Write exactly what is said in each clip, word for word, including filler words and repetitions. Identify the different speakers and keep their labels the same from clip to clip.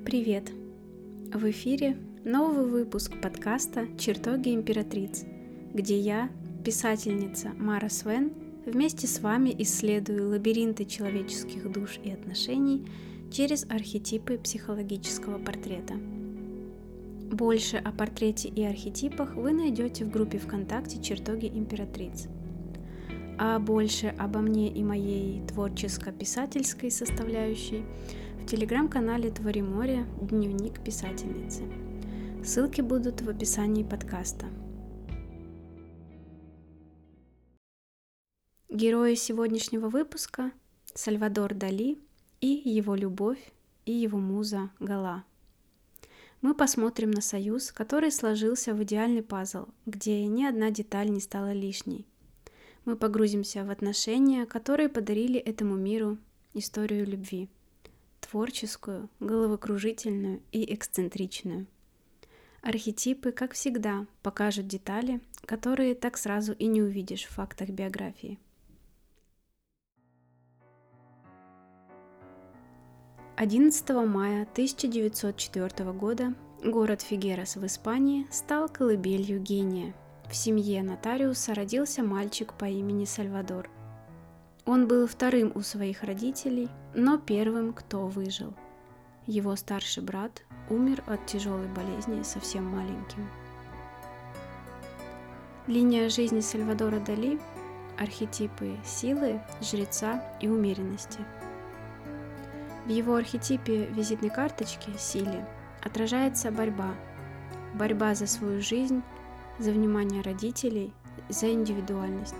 Speaker 1: Привет! В эфире новый выпуск подкаста «Чертоги императриц», где я, писательница Мара Свен, вместе с вами исследую лабиринты человеческих душ и отношений через архетипы психологического портрета. Больше о портрете и архетипах вы найдете в группе ВКонтакте «Чертоги императриц». А больше обо мне и моей творческо-писательской составляющей в телеграм-канале Твори море «Дневник писательницы». Ссылки будут в описании подкаста. Герои сегодняшнего выпуска – Сальвадор Дали и его любовь и его муза Гала. Мы посмотрим на союз, который сложился в идеальный пазл, где ни одна деталь не стала лишней. Мы погрузимся в отношения, которые подарили этому миру историю любви. Творческую, головокружительную и эксцентричную. Архетипы, как всегда, покажут детали, которые так сразу и не увидишь в фактах биографии. одиннадцатого мая тысяча девятьсот четвёртого года город Фигерас в Испании стал колыбелью гения. В семье нотариуса родился мальчик по имени Сальвадор. Он был вторым у своих родителей, но первым, кто выжил. Его старший брат умер от тяжелой болезни совсем маленьким. Линия жизни Сальвадора Дали – архетипы силы, жреца и умеренности. В его архетипе визитной карточки силе отражается борьба. Борьба за свою жизнь, за внимание родителей, за индивидуальность.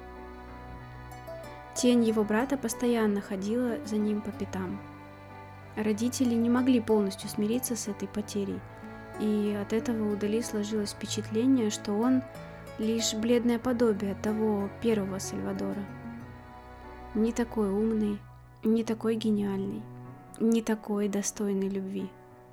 Speaker 1: Тень его брата постоянно ходила за ним по пятам. Родители не могли полностью смириться с этой потерей, и от этого у Дали сложилось впечатление, что он лишь бледное подобие того первого Сальвадора. Не такой умный, не такой гениальный, не такой достойный любви.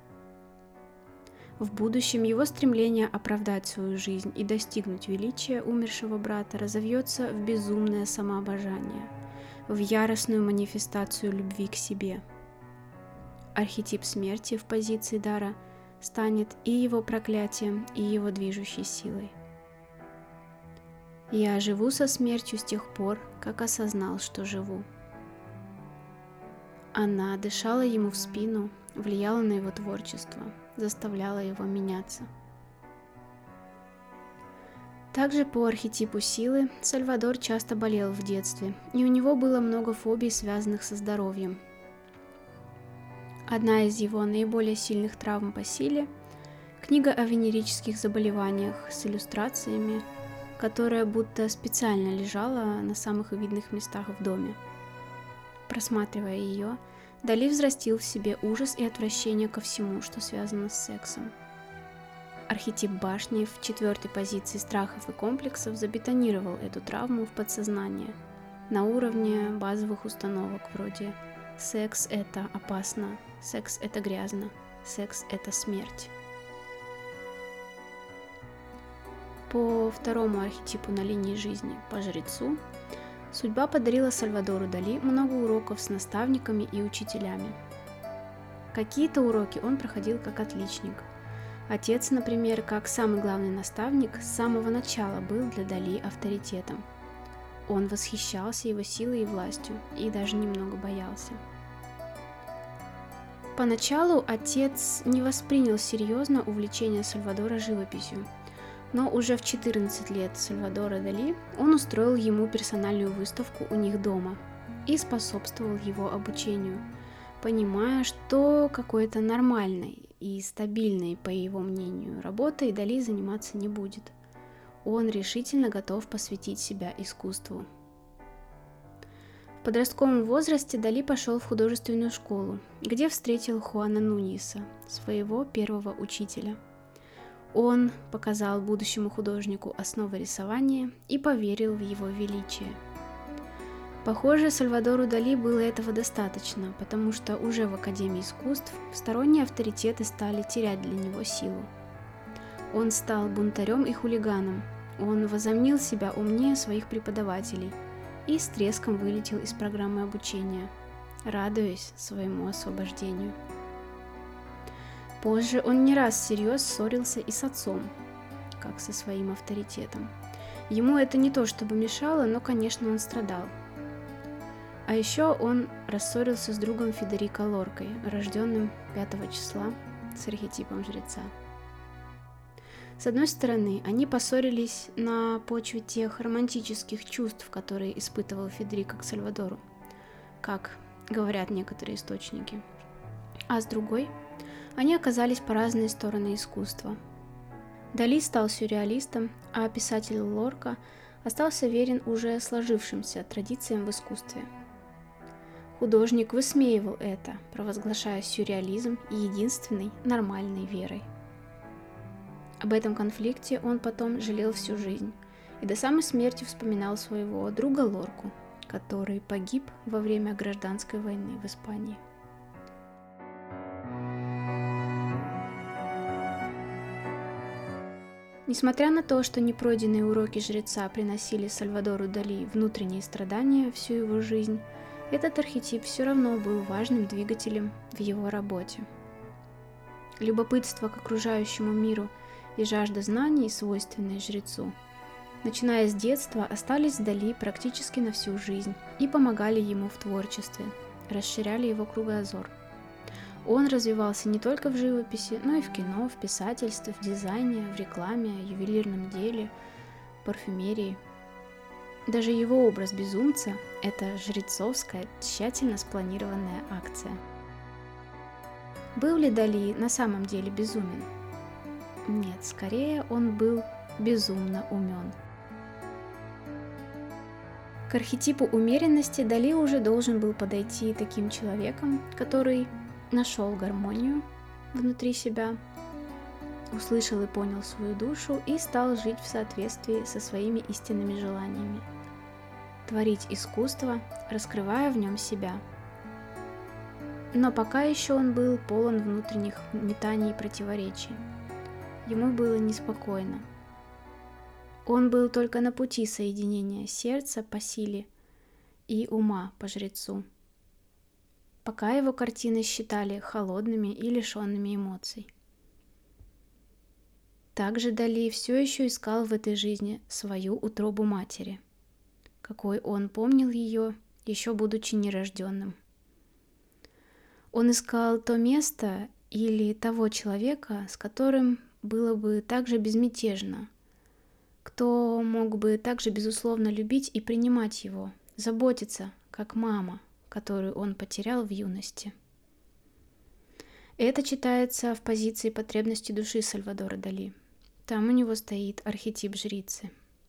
Speaker 1: В будущем его стремление оправдать свою жизнь и достигнуть величия умершего брата разовьется в безумное самообожание, в яростную манифестацию любви к себе. Архетип смерти в позиции дара станет и его проклятием, и его движущей силой. Я живу со смертью с тех пор, как осознал, что живу. Она дышала ему в спину, влияла на его творчество, заставляла его меняться. Также по архетипу силы Сальвадор часто болел в детстве, и у него было много фобий, связанных со здоровьем. Одна из его наиболее сильных травм по силе – книга о венерических заболеваниях с иллюстрациями, которая будто специально лежала на самых видных местах в доме. Просматривая ее, Дали взрастил в себе ужас и отвращение ко всему, что связано с сексом. Архетип башни в четвертой позиции страхов и комплексов забетонировал эту травму в подсознание на уровне базовых установок вроде «секс – это опасно», «секс – это грязно», «секс – это смерть». По второму архетипу на линии жизни, по жрецу, судьба подарила Сальвадору Дали много уроков с наставниками и учителями. Какие-то уроки он проходил как отличник. Отец, например, как самый главный наставник, с самого начала был для Дали авторитетом. Он восхищался его силой и властью, и даже немного боялся. Поначалу отец не воспринял серьезно увлечение Сальвадора живописью, но уже в четырнадцать лет Сальвадора Дали он устроил ему персональную выставку у них дома и способствовал его обучению, понимая, что какой-то нормальной и стабильной, по его мнению, работой Дали заниматься не будет. Он решительно готов посвятить себя искусству. В подростковом возрасте Дали пошел в художественную школу, где встретил Хуана Нуньеса, своего первого учителя. Он показал будущему художнику основы рисования и поверил в его величие. Похоже, Сальвадору Дали было этого достаточно, потому что уже в Академии искусств сторонние авторитеты стали терять для него силу. Он стал бунтарем и хулиганом, он возомнил себя умнее своих преподавателей и с треском вылетел из программы обучения, радуясь своему освобождению. Позже он не раз всерьез ссорился и с отцом, как со своим авторитетом. Ему это не то чтобы мешало, но, конечно, он страдал. А еще он рассорился с другом Федерико Лоркой, рожденным пятого числа, с архетипом жреца. С одной стороны, они поссорились на почве тех романтических чувств, которые испытывал Федерико к Сальвадору, как говорят некоторые источники. А с другой, они оказались по разные стороны искусства. Дали стал сюрреалистом, а писатель Лорка остался верен уже сложившимся традициям в искусстве. Художник высмеивал это, провозглашая сюрреализм единственной нормальной верой. Об этом конфликте он потом жалел всю жизнь и до самой смерти вспоминал своего друга Лорку, который погиб во время гражданской войны в Испании. Несмотря на то, что непройденные уроки жреца приносили Сальвадору Дали внутренние страдания всю его жизнь, этот архетип все равно был важным двигателем в его работе. Любопытство к окружающему миру и жажда знаний, свойственные жрецу, начиная с детства, остались в Дали практически на всю жизнь и помогали ему в творчестве, расширяли его кругозор. Он развивался не только в живописи, но и в кино, в писательстве, в дизайне, в рекламе, ювелирном деле, парфюмерии. Даже его образ безумца – это жрецовская, тщательно спланированная акция. Был ли Дали на самом деле безумен? Нет, скорее он был безумно умен. К архетипу умеренности Дали уже должен был подойти таким человеком, который нашел гармонию внутри себя, услышал и понял свою душу и стал жить в соответствии со своими истинными желаниями, творить искусство, раскрывая в нем себя. Но пока еще он был полон внутренних метаний и противоречий. Ему было неспокойно. Он был только на пути соединения сердца по силе и ума по жрецу, пока его картины считали холодными и лишенными эмоций. Также Дали все еще искал в этой жизни свою утробу матери, какой он помнил ее, еще будучи нерожденным. Он искал то место или того человека, с которым было бы так же безмятежно, кто мог бы также безусловно любить и принимать его, заботиться, как мама, которую он потерял в юности. Это читается в позиции потребности души Сальвадора Дали. Там у него стоит архетип жрицы.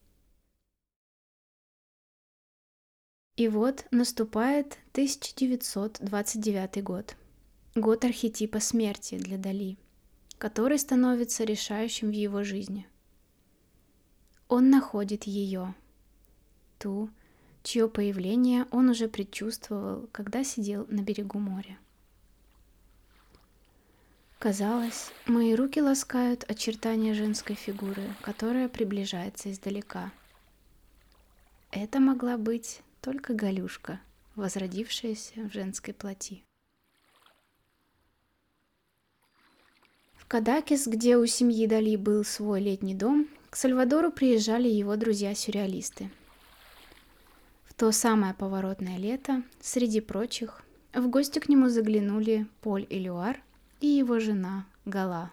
Speaker 1: И вот наступает тысяча девятьсот двадцать девятый год, год архетипа смерти для Дали, который становится решающим в его жизни. Он находит ее, ту, чье появление он уже предчувствовал, когда сидел на берегу моря. Казалось, мои руки ласкают очертания женской фигуры, которая приближается издалека. Это могла быть только Галюшка, возродившаяся в женской плоти. В Кадакес, где у семьи Дали был свой летний дом, к Сальвадору приезжали его друзья-сюрреалисты. В то самое поворотное лето, среди прочих, в гости к нему заглянули Поль Элюар и его жена Гала.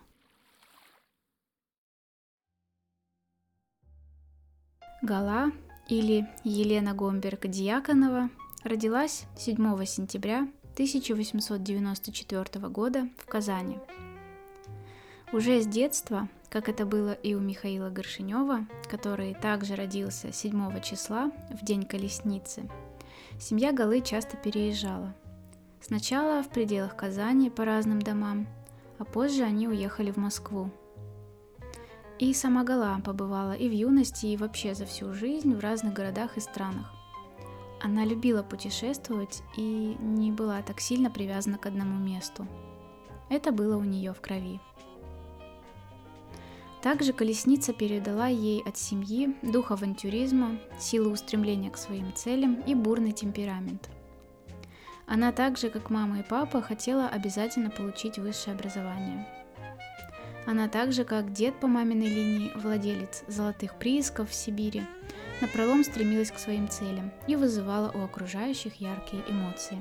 Speaker 1: Гала, или Елена Гомберг-Дьяконова, родилась седьмого сентября тысяча восемьсот девяносто четвёртого года в Казани. Уже с детства, как это было и у Михаила Горшенева, который также родился седьмого числа, в день Колесницы, семья Галы часто переезжала. Сначала в пределах Казани по разным домам, а позже они уехали в Москву. И сама Гала побывала и в юности, и вообще за всю жизнь в разных городах и странах. Она любила путешествовать и не была так сильно привязана к одному месту. Это было у нее в крови. Также Колесница передала ей от семьи дух авантюризма, силу устремления к своим целям и бурный темперамент. Она так же, как мама и папа, хотела обязательно получить высшее образование. Она так же, как дед по маминой линии, владелец золотых приисков в Сибири, напролом стремилась к своим целям и вызывала у окружающих яркие эмоции.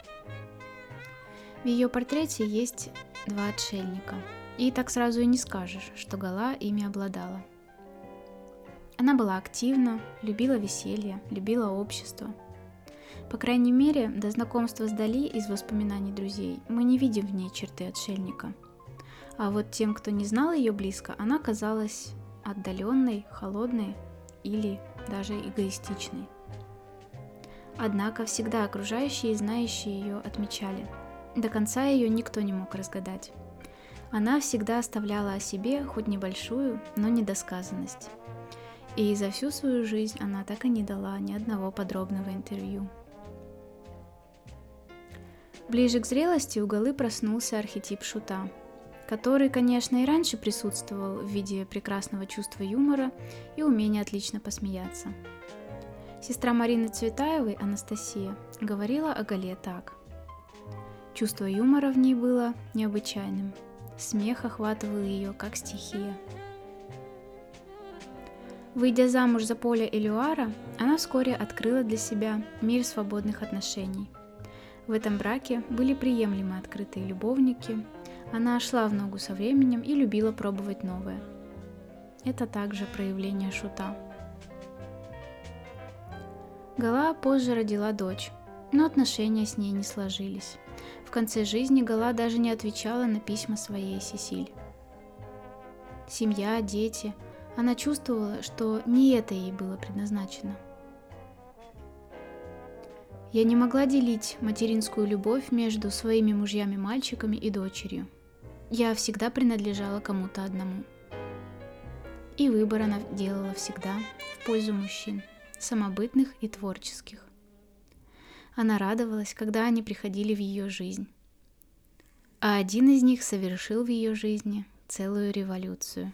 Speaker 1: В ее портрете есть два отшельника, и так сразу и не скажешь, что Гала ими обладала. Она была активна, любила веселье, любила общество. По крайней мере, до знакомства с Дали из воспоминаний друзей мы не видим в ней черты отшельника. А вот тем, кто не знал ее близко, она казалась отдаленной, холодной или даже эгоистичной. Однако всегда окружающие и знающие ее отмечали. До конца ее никто не мог разгадать. Она всегда оставляла о себе хоть небольшую, но недосказанность. И за всю свою жизнь она так и не дала ни одного подробного интервью. Ближе к зрелости у Галы проснулся архетип шута, который, конечно, и раньше присутствовал в виде прекрасного чувства юмора и умения отлично посмеяться. Сестра Марины Цветаевой, Анастасия, говорила о Гале так. Чувство юмора в ней было необычайным, смех охватывал ее как стихия. Выйдя замуж за Поля Элюара, она вскоре открыла для себя мир свободных отношений. В этом браке были приемлемы открытые любовники, она шла в ногу со временем и любила пробовать новое. Это также проявление шута. Гала позже родила дочь, но отношения с ней не сложились. В конце жизни Гала даже не отвечала на письма своей Сесиль. Семья, дети. Она чувствовала, что не это ей было предназначено. Я не могла делить материнскую любовь между своими мужьями-мальчиками и дочерью. Я всегда принадлежала кому-то одному. И выбор она делала всегда в пользу мужчин, самобытных и творческих. Она радовалась, когда они приходили в ее жизнь. А один из них совершил в ее жизни целую революцию.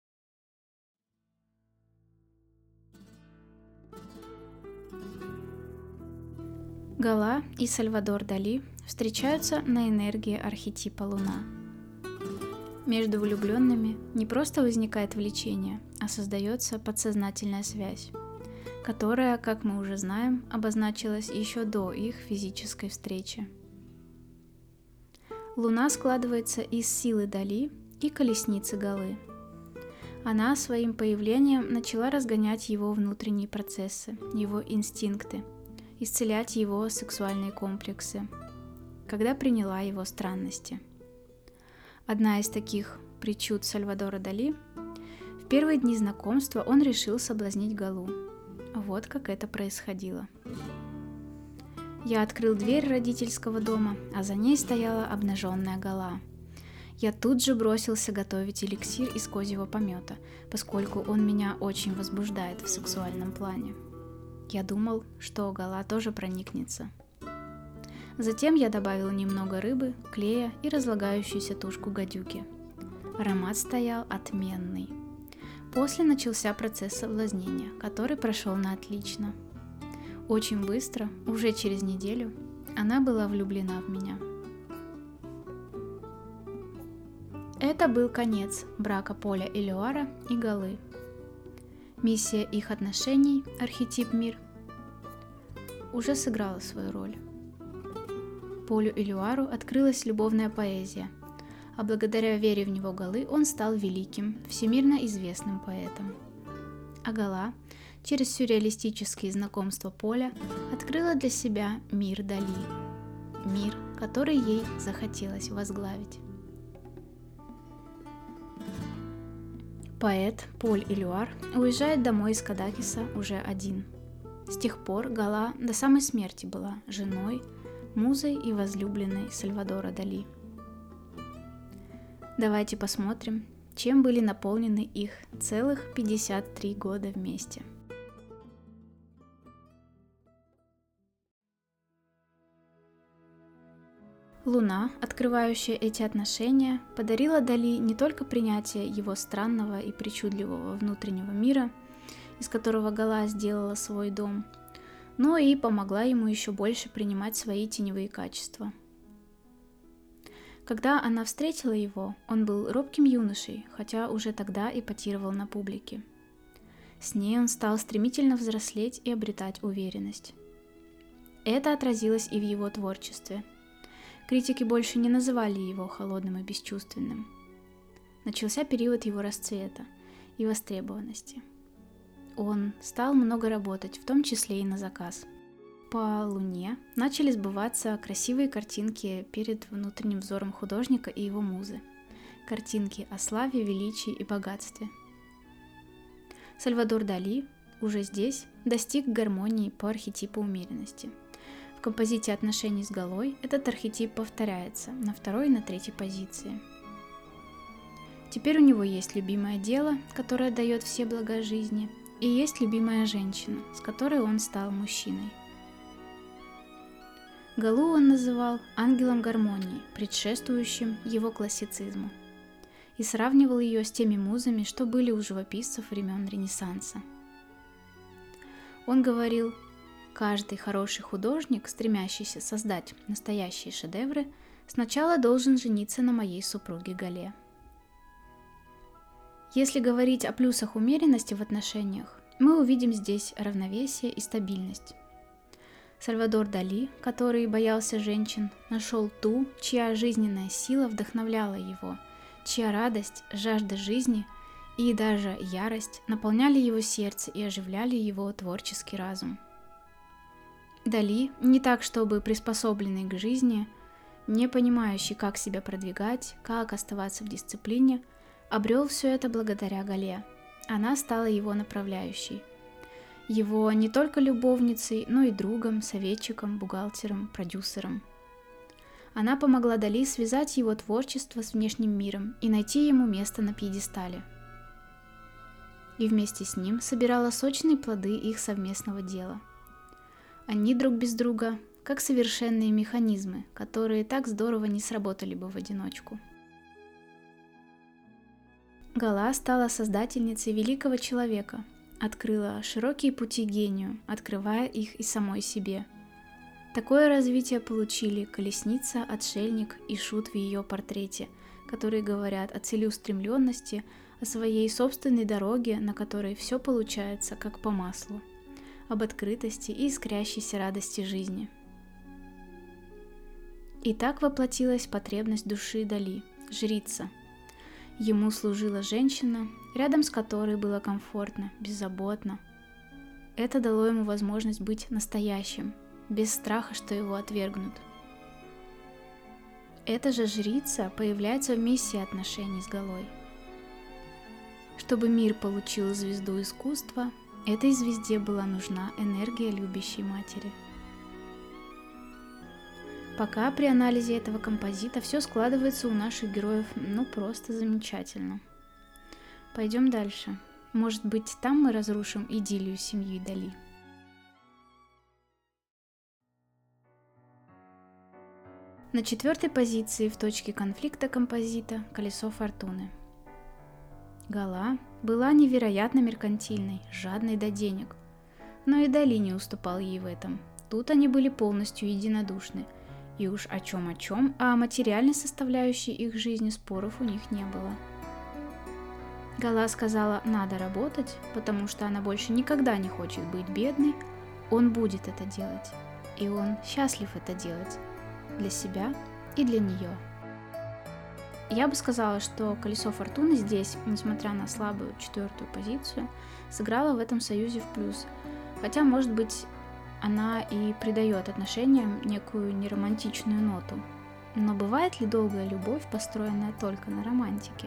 Speaker 1: Гала и Сальвадор Дали встречаются на энергии архетипа Луна. Между влюбленными не просто возникает влечение, а создается подсознательная связь, которая, как мы уже знаем, обозначилась еще до их физической встречи. Луна складывается из силы Дали и колесницы Галы. Она своим появлением начала разгонять его внутренние процессы, его инстинкты, исцелять его сексуальные комплексы, когда приняла его странности. Одна из таких причуд Сальвадора Дали – в первые дни знакомства он решил соблазнить Галу. Вот как это происходило. Я открыл дверь родительского дома, а за ней стояла обнаженная Гала. Я тут же бросился готовить эликсир из козьего помета, поскольку он меня очень возбуждает в сексуальном плане. Я думал, что Гала тоже проникнется. Затем я добавил немного рыбы, клея и разлагающуюся тушку гадюки. Аромат стоял отменный. После начался процесс соблазнения, который прошел на отлично. Очень быстро, уже через неделю, она была влюблена в меня. Это был конец брака Поля Элюара и Галы. Миссия их отношений, архетип мир, уже сыграла свою роль. Полю Элюару открылась любовная поэзия, а благодаря вере в него Галы он стал великим, всемирно известным поэтом. А Гала, через сюрреалистические знакомства Поля, открыла для себя мир Дали, мир, который ей захотелось возглавить. Поэт Поль Элюар уезжает домой из Кадакиса уже один. С тех пор Гала до самой смерти была женой, музой и возлюбленной Сальвадора Дали. Давайте посмотрим, чем были наполнены их целых пятьдесят три года вместе. Луна, открывающая эти отношения, подарила Дали не только принятие его странного и причудливого внутреннего мира, из которого Гала сделала свой дом, но и помогла ему еще больше принимать свои теневые качества. Когда она встретила его, он был робким юношей, хотя уже тогда эпатировал на публике. С ней он стал стремительно взрослеть и обретать уверенность. Это отразилось и в его творчестве. Критики больше не называли его холодным и бесчувственным. Начался период его расцвета и востребованности. Он стал много работать, в том числе и на заказ. По Луне начали сбываться красивые картинки перед внутренним взором художника и его музы. Картинки о славе, величии и богатстве. Сальвадор Дали уже здесь достиг гармонии по архетипу умеренности. В композите отношений с Галой этот архетип повторяется на второй и на третьей позиции. Теперь у него есть любимое дело, которое дает все блага жизни, и есть любимая женщина, с которой он стал мужчиной. Галу он называл ангелом гармонии, предшествующим его классицизму, и сравнивал ее с теми музами, что были у живописцев времен Ренессанса. Он говорил: каждый хороший художник, стремящийся создать настоящие шедевры, сначала должен жениться на моей супруге Гале. Если говорить о плюсах умеренности в отношениях, мы увидим здесь равновесие и стабильность. Сальвадор Дали, который боялся женщин, нашел ту, чья жизненная сила вдохновляла его, чья радость, жажда жизни и даже ярость наполняли его сердце и оживляли его творческий разум. Дали, не так чтобы приспособленный к жизни, не понимающий, как себя продвигать, как оставаться в дисциплине, обрел все это благодаря Гале. Она стала его направляющей. Его не только любовницей, но и другом, советчиком, бухгалтером, продюсером. Она помогла Дали связать его творчество с внешним миром и найти ему место на пьедестале. И вместе с ним собирала сочные плоды их совместного дела. Они друг без друга, как совершенные механизмы, которые так здорово не сработали бы в одиночку. Гала стала создательницей великого человека, открыла широкие пути гению, открывая их и самой себе. Такое развитие получили Колесница, Отшельник и Шут в ее портрете, которые говорят о целеустремленности, о своей собственной дороге, на которой все получается как по маслу, об открытости и искрящейся радости жизни. И так воплотилась потребность души Дали – жрица. Ему служила женщина, рядом с которой было комфортно, беззаботно. Это дало ему возможность быть настоящим, без страха, что его отвергнут. Эта же жрица появляется в миссии отношений с Галой. Чтобы мир получил звезду искусства, этой звезде была нужна энергия любящей матери. Пока при анализе этого композита все складывается у наших героев ну просто замечательно. Пойдем дальше. Может быть, там мы разрушим идиллию семьи Дали. На четвертой позиции в точке конфликта композита «Колесо фортуны». Гала была невероятно меркантильной, жадной до денег, но и Дали не уступал ей в этом. Тут они были полностью единодушны, и уж о чем о чем, а о материальной составляющей их жизни споров у них не было. Гала сказала: надо работать, потому что она больше никогда не хочет быть бедной, он будет это делать, и он счастлив это делать для себя и для нее. Я бы сказала, что колесо фортуны здесь, несмотря на слабую четвертую позицию, сыграло в этом союзе в плюс, хотя, может быть, она и придает отношениям некую неромантичную ноту. Но бывает ли долгая любовь, построенная только на романтике?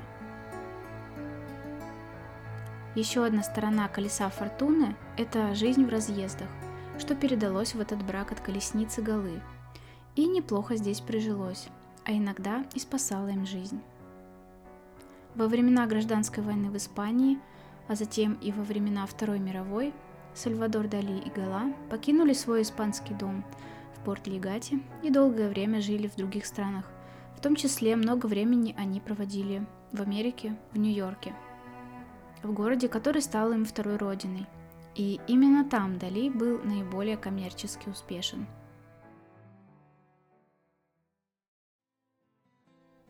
Speaker 1: Еще одна сторона колеса фортуны – это жизнь в разъездах, что передалось в этот брак от колесницы Галы. И неплохо здесь прижилось, а иногда и спасало им жизнь. Во времена гражданской войны в Испании, а затем и во времена Второй мировой, Сальвадор Дали и Гала покинули свой испанский дом в Порт-Легате и долгое время жили в других странах. В том числе много времени они проводили в Америке, в Нью-Йорке, в городе, который стал им второй родиной. И именно там Дали был наиболее коммерчески успешен.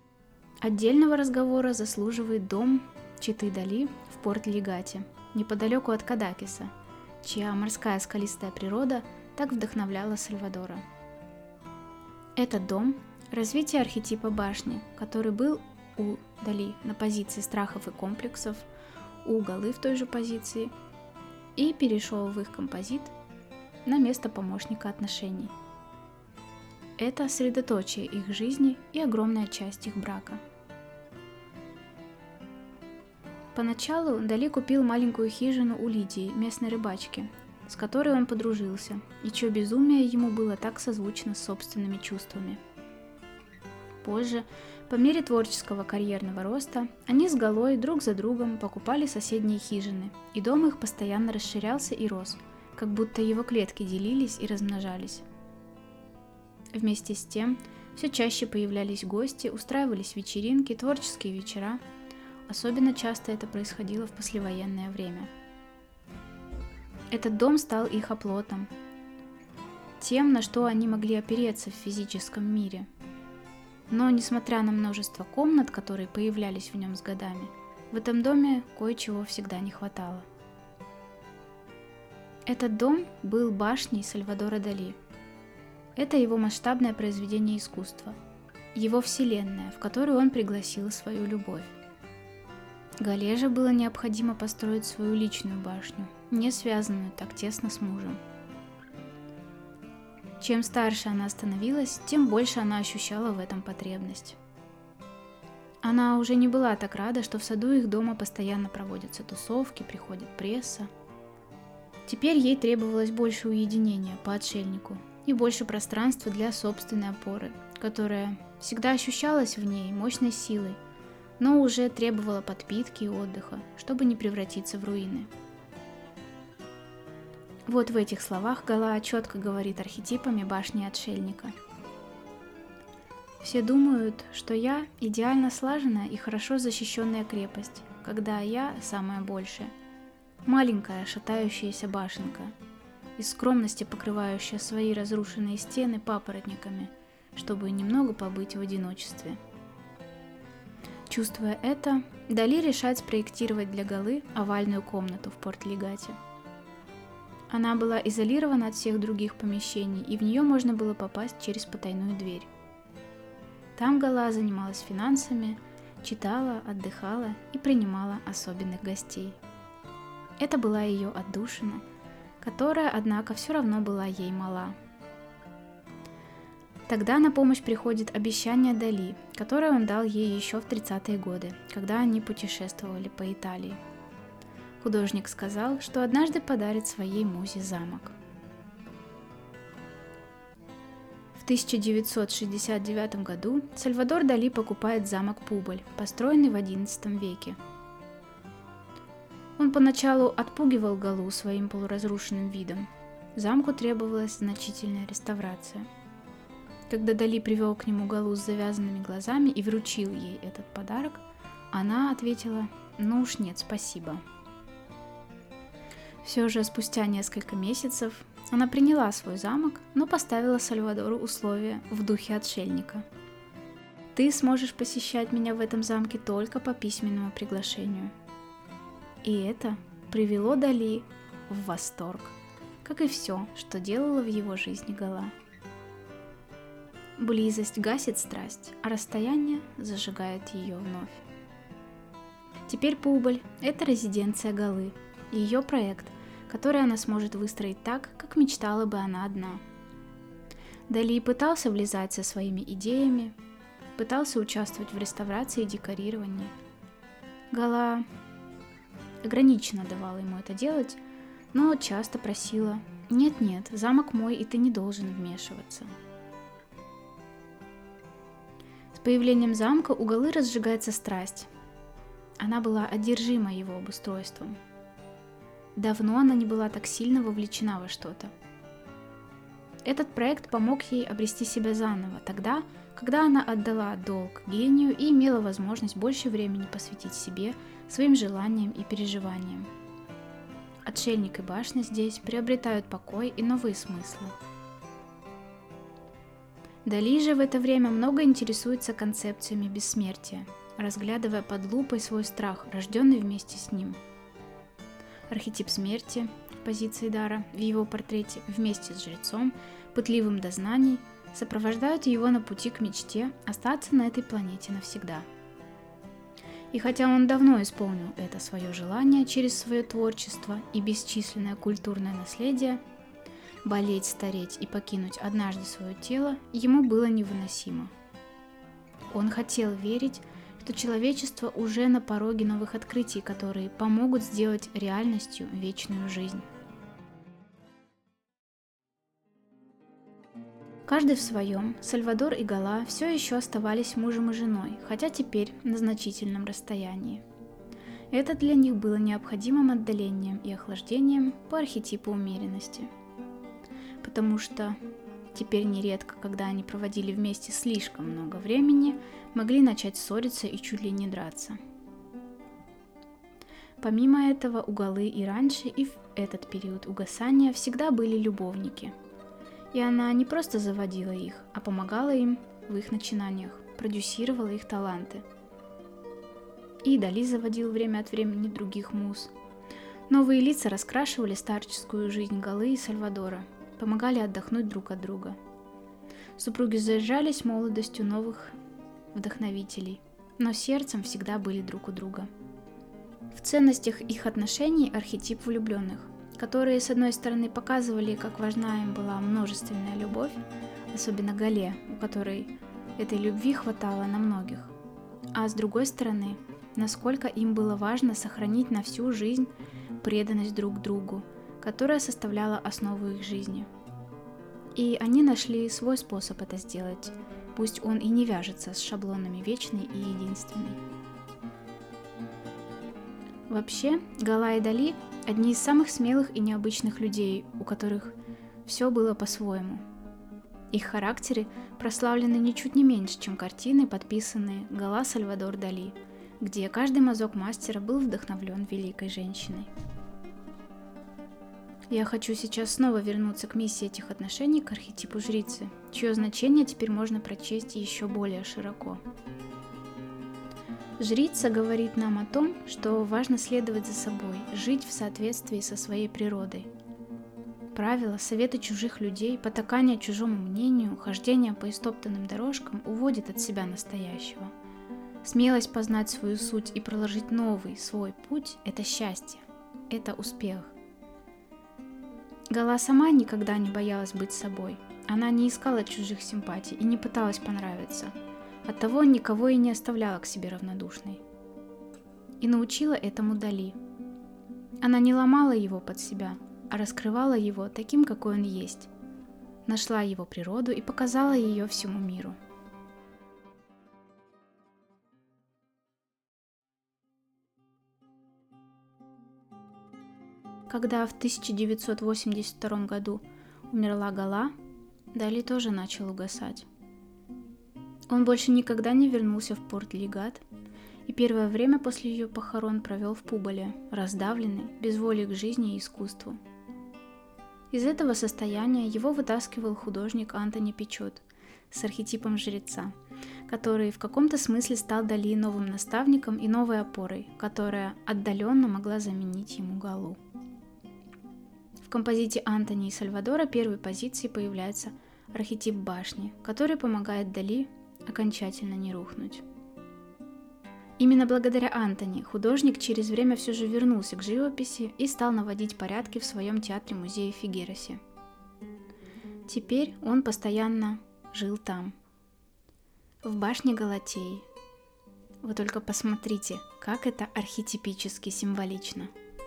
Speaker 1: Отдельного разговора заслуживает дом четы Дали в Порт-Легате, неподалеку от Кадакеса, чья морская скалистая природа так вдохновляла Сальвадора. Этот дом – развитие архетипа башни, который был у Дали на позиции страхов и комплексов, у Галы в той же позиции, и перешел в их композит на место помощника отношений. Это средоточие их жизни и огромная часть их брака. Поначалу Дали купил маленькую хижину у Лидии, местной рыбачки, с которой он подружился, и чье безумие ему было так созвучно с собственными чувствами. Позже, по мере творческого карьерного роста, они с Галой друг за другом покупали соседние хижины, и дом их постоянно расширялся и рос, как будто его клетки делились и размножались. Вместе с тем, все чаще появлялись гости, устраивались вечеринки, творческие вечера. Особенно часто это происходило в послевоенное время. Этот дом стал их оплотом, тем, на что они могли опереться в физическом мире. Но, несмотря на множество комнат, которые появлялись в нем с годами, в этом доме кое-чего всегда не хватало. Этот дом был башней Сальвадора Дали. Это его масштабное произведение искусства, его вселенная, в которую он пригласил свою любовь. Гале же было необходимо построить свою личную башню, не связанную так тесно с мужем. Чем старше она становилась, тем больше она ощущала в этом потребность. Она уже не была так рада, что в саду их дома постоянно проводятся тусовки, приходит пресса. Теперь ей требовалось больше уединения по отшельнику и больше пространства для собственной опоры, которая всегда ощущалась в ней мощной силой, но уже требовала подпитки и отдыха, чтобы не превратиться в руины. Вот в этих словах Гала четко говорит архетипами башни отшельника. Все думают, что я идеально слаженная и хорошо защищенная крепость, когда я самая большая, маленькая шатающаяся башенка, из скромности покрывающая свои разрушенные стены папоротниками, чтобы немного побыть в одиночестве. Чувствуя это, Дали решает спроектировать для Галы овальную комнату в Порт-Легате. Она была изолирована от всех других помещений, и в нее можно было попасть через потайную дверь. Там Гала занималась финансами, читала, отдыхала и принимала особенных гостей. Это была ее отдушина, которая, однако, все равно была ей мала. Тогда на помощь приходит обещание Дали, которое он дал ей еще в тридцатые годы, когда они путешествовали по Италии. Художник сказал, что однажды подарит своей музе замок. В тысяча девятьсот шестьдесят девятом году Сальвадор Дали покупает замок Пуболь, построенный в одиннадцатом веке. Он поначалу отпугивал Галу своим полуразрушенным видом. Замку требовалась значительная реставрация. Когда Дали привел к нему Галу с завязанными глазами и вручил ей этот подарок, она ответила: «Ну уж нет, спасибо». Все же спустя несколько месяцев она приняла свой замок, но поставила Сальвадору условия в духе отшельника. «Ты сможешь посещать меня в этом замке только по письменному приглашению». И это привело Дали в восторг, как и все, что делала в его жизни Гала. Близость гасит страсть, а расстояние зажигает ее вновь. Теперь Пуболь – это резиденция Галы, ее проект, который она сможет выстроить так, как мечтала бы она одна. Дали пытался влезать со своими идеями, пытался участвовать в реставрации и декорировании. Гала ограниченно давала ему это делать, но часто просила: «Нет-нет, замок мой, и ты не должен вмешиваться». С появлением замка у Галы разжигается страсть. Она была одержима его обустройством. Давно она не была так сильно вовлечена во что-то. Этот проект помог ей обрести себя заново, тогда, когда она отдала долг гению и имела возможность больше времени посвятить себе, своим желаниям и переживаниям. Отшельник и башня здесь приобретают покой и новые смыслы. Дали же в это время много интересуется концепциями бессмертия, разглядывая под лупой свой страх, рожденный вместе с ним. Архетип смерти в позиции дара в его портрете вместе с жрецом, пытливым до знаний, сопровождают его на пути к мечте остаться на этой планете навсегда. И хотя он давно исполнил это свое желание через свое творчество и бесчисленное культурное наследие, болеть, стареть и покинуть однажды свое тело ему было невыносимо. Он хотел верить, что человечество уже на пороге новых открытий, которые помогут сделать реальностью вечную жизнь. Каждый в своем, Сальвадор и Гала все еще оставались мужем и женой, хотя теперь на значительном расстоянии. Это для них было необходимым отдалением и охлаждением по архетипу умеренности. Потому что теперь нередко, когда они проводили вместе слишком много времени, могли начать ссориться и чуть ли не драться. Помимо этого, у Галы и раньше, и в этот период угасания всегда были любовники. И она не просто заводила их, а помогала им в их начинаниях, продюсировала их таланты. И Дали заводил время от времени других муз. Новые лица раскрашивали старческую жизнь Галы и Сальвадора, помогали отдохнуть друг от друга. Супруги заезжались молодостью новых вдохновителей, но сердцем всегда были друг у друга. В ценностях их отношений архетип влюбленных, которые, с одной стороны, показывали, как важна им была множественная любовь, особенно Гале, у которой этой любви хватало на многих, а с другой стороны, насколько им было важно сохранить на всю жизнь преданность друг другу, которая составляла основу их жизни. И они нашли свой способ это сделать, пусть он и не вяжется с шаблонами вечной и единственной. Вообще, Гала и Дали – одни из самых смелых и необычных людей, у которых все было по-своему. Их характеры прославлены ничуть не меньше, чем картины, подписанные Гала Сальвадор Дали, где каждый мазок мастера был вдохновлен великой женщиной. Я хочу сейчас снова вернуться к миссии этих отношений, к архетипу жрицы, чье значение теперь можно прочесть еще более широко. Жрица говорит нам о том, что важно следовать за собой, жить в соответствии со своей природой. Правила, советы чужих людей, потакание чужому мнению, хождение по истоптанным дорожкам уводит от себя настоящего. Смелость познать свою суть и проложить новый, свой путь – это счастье, это успех. Гала сама никогда не боялась быть собой. Она не искала чужих симпатий и не пыталась понравиться. Оттого никого и не оставляла к себе равнодушной. И научила этому Дали. Она не ломала его под себя, а раскрывала его таким, какой он есть. Нашла его природу и показала ее всему миру. Когда в тысяча девятьсот восемьдесят втором году умерла Гала, Дали тоже начал угасать. Он больше никогда не вернулся в Порт-Легат и первое время после ее похорон провел в Пуболе, раздавленный, без воли к жизни и искусству. Из этого состояния его вытаскивал художник Антони Пичот с архетипом жреца, который в каком-то смысле стал Дали новым наставником и новой опорой, которая отдаленно могла заменить ему Галу. В композите Антони и Сальвадора первой позиции появляется архетип башни, который помогает Дали окончательно не рухнуть. Именно благодаря Антони художник через время все же вернулся к живописи и стал наводить порядки в своем театре-музее в Фигеросе. Теперь он постоянно жил там, в башне Галатеи. Вы только посмотрите, как это архетипически символично.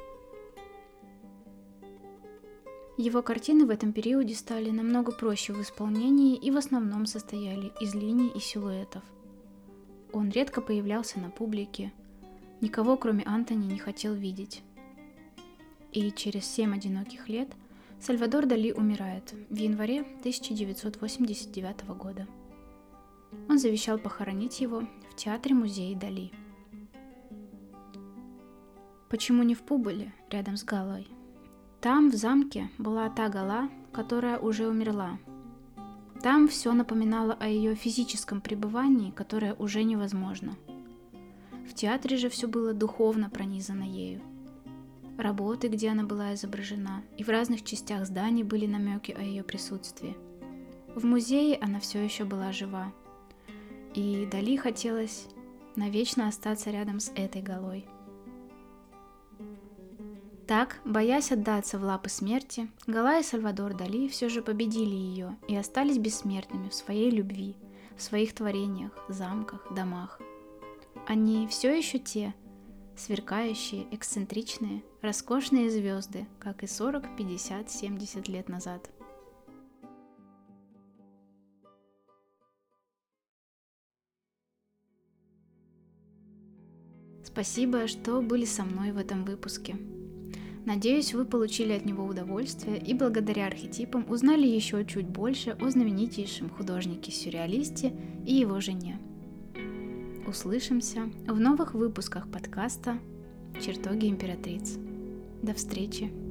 Speaker 1: Его картины в этом периоде стали намного проще в исполнении и в основном состояли из линий и силуэтов. Он редко появлялся на публике, никого кроме Антони не хотел видеть. И через семь одиноких лет Сальвадор Дали умирает в январе тысяча девятьсот восемьдесят девятого года. Он завещал похоронить его в театре-музее Дали. Почему не в Пуболе, рядом с Галой? Там, в замке, была та Гала, которая уже умерла. Там все напоминало о ее физическом пребывании, которое уже невозможно. В театре же все было духовно пронизано ею. Работы, где она была изображена, и в разных частях зданий были намеки о ее присутствии. В музее она все еще была жива, и Дали хотелось навечно остаться рядом с этой голой. Так, боясь отдаться в лапы смерти, Гала и Сальвадор Дали все же победили ее и остались бессмертными в своей любви, в своих творениях, замках, домах. Они все еще те, сверкающие, эксцентричные, роскошные звезды, как и сорок, пятьдесят, семьдесят лет назад. Спасибо, что были со мной в этом выпуске. Надеюсь, вы получили от него удовольствие и благодаря архетипам узнали еще чуть больше о знаменитейшем художнике-сюрреалисте и его жене. Услышимся в новых выпусках подкаста «Чертоги императриц». До встречи!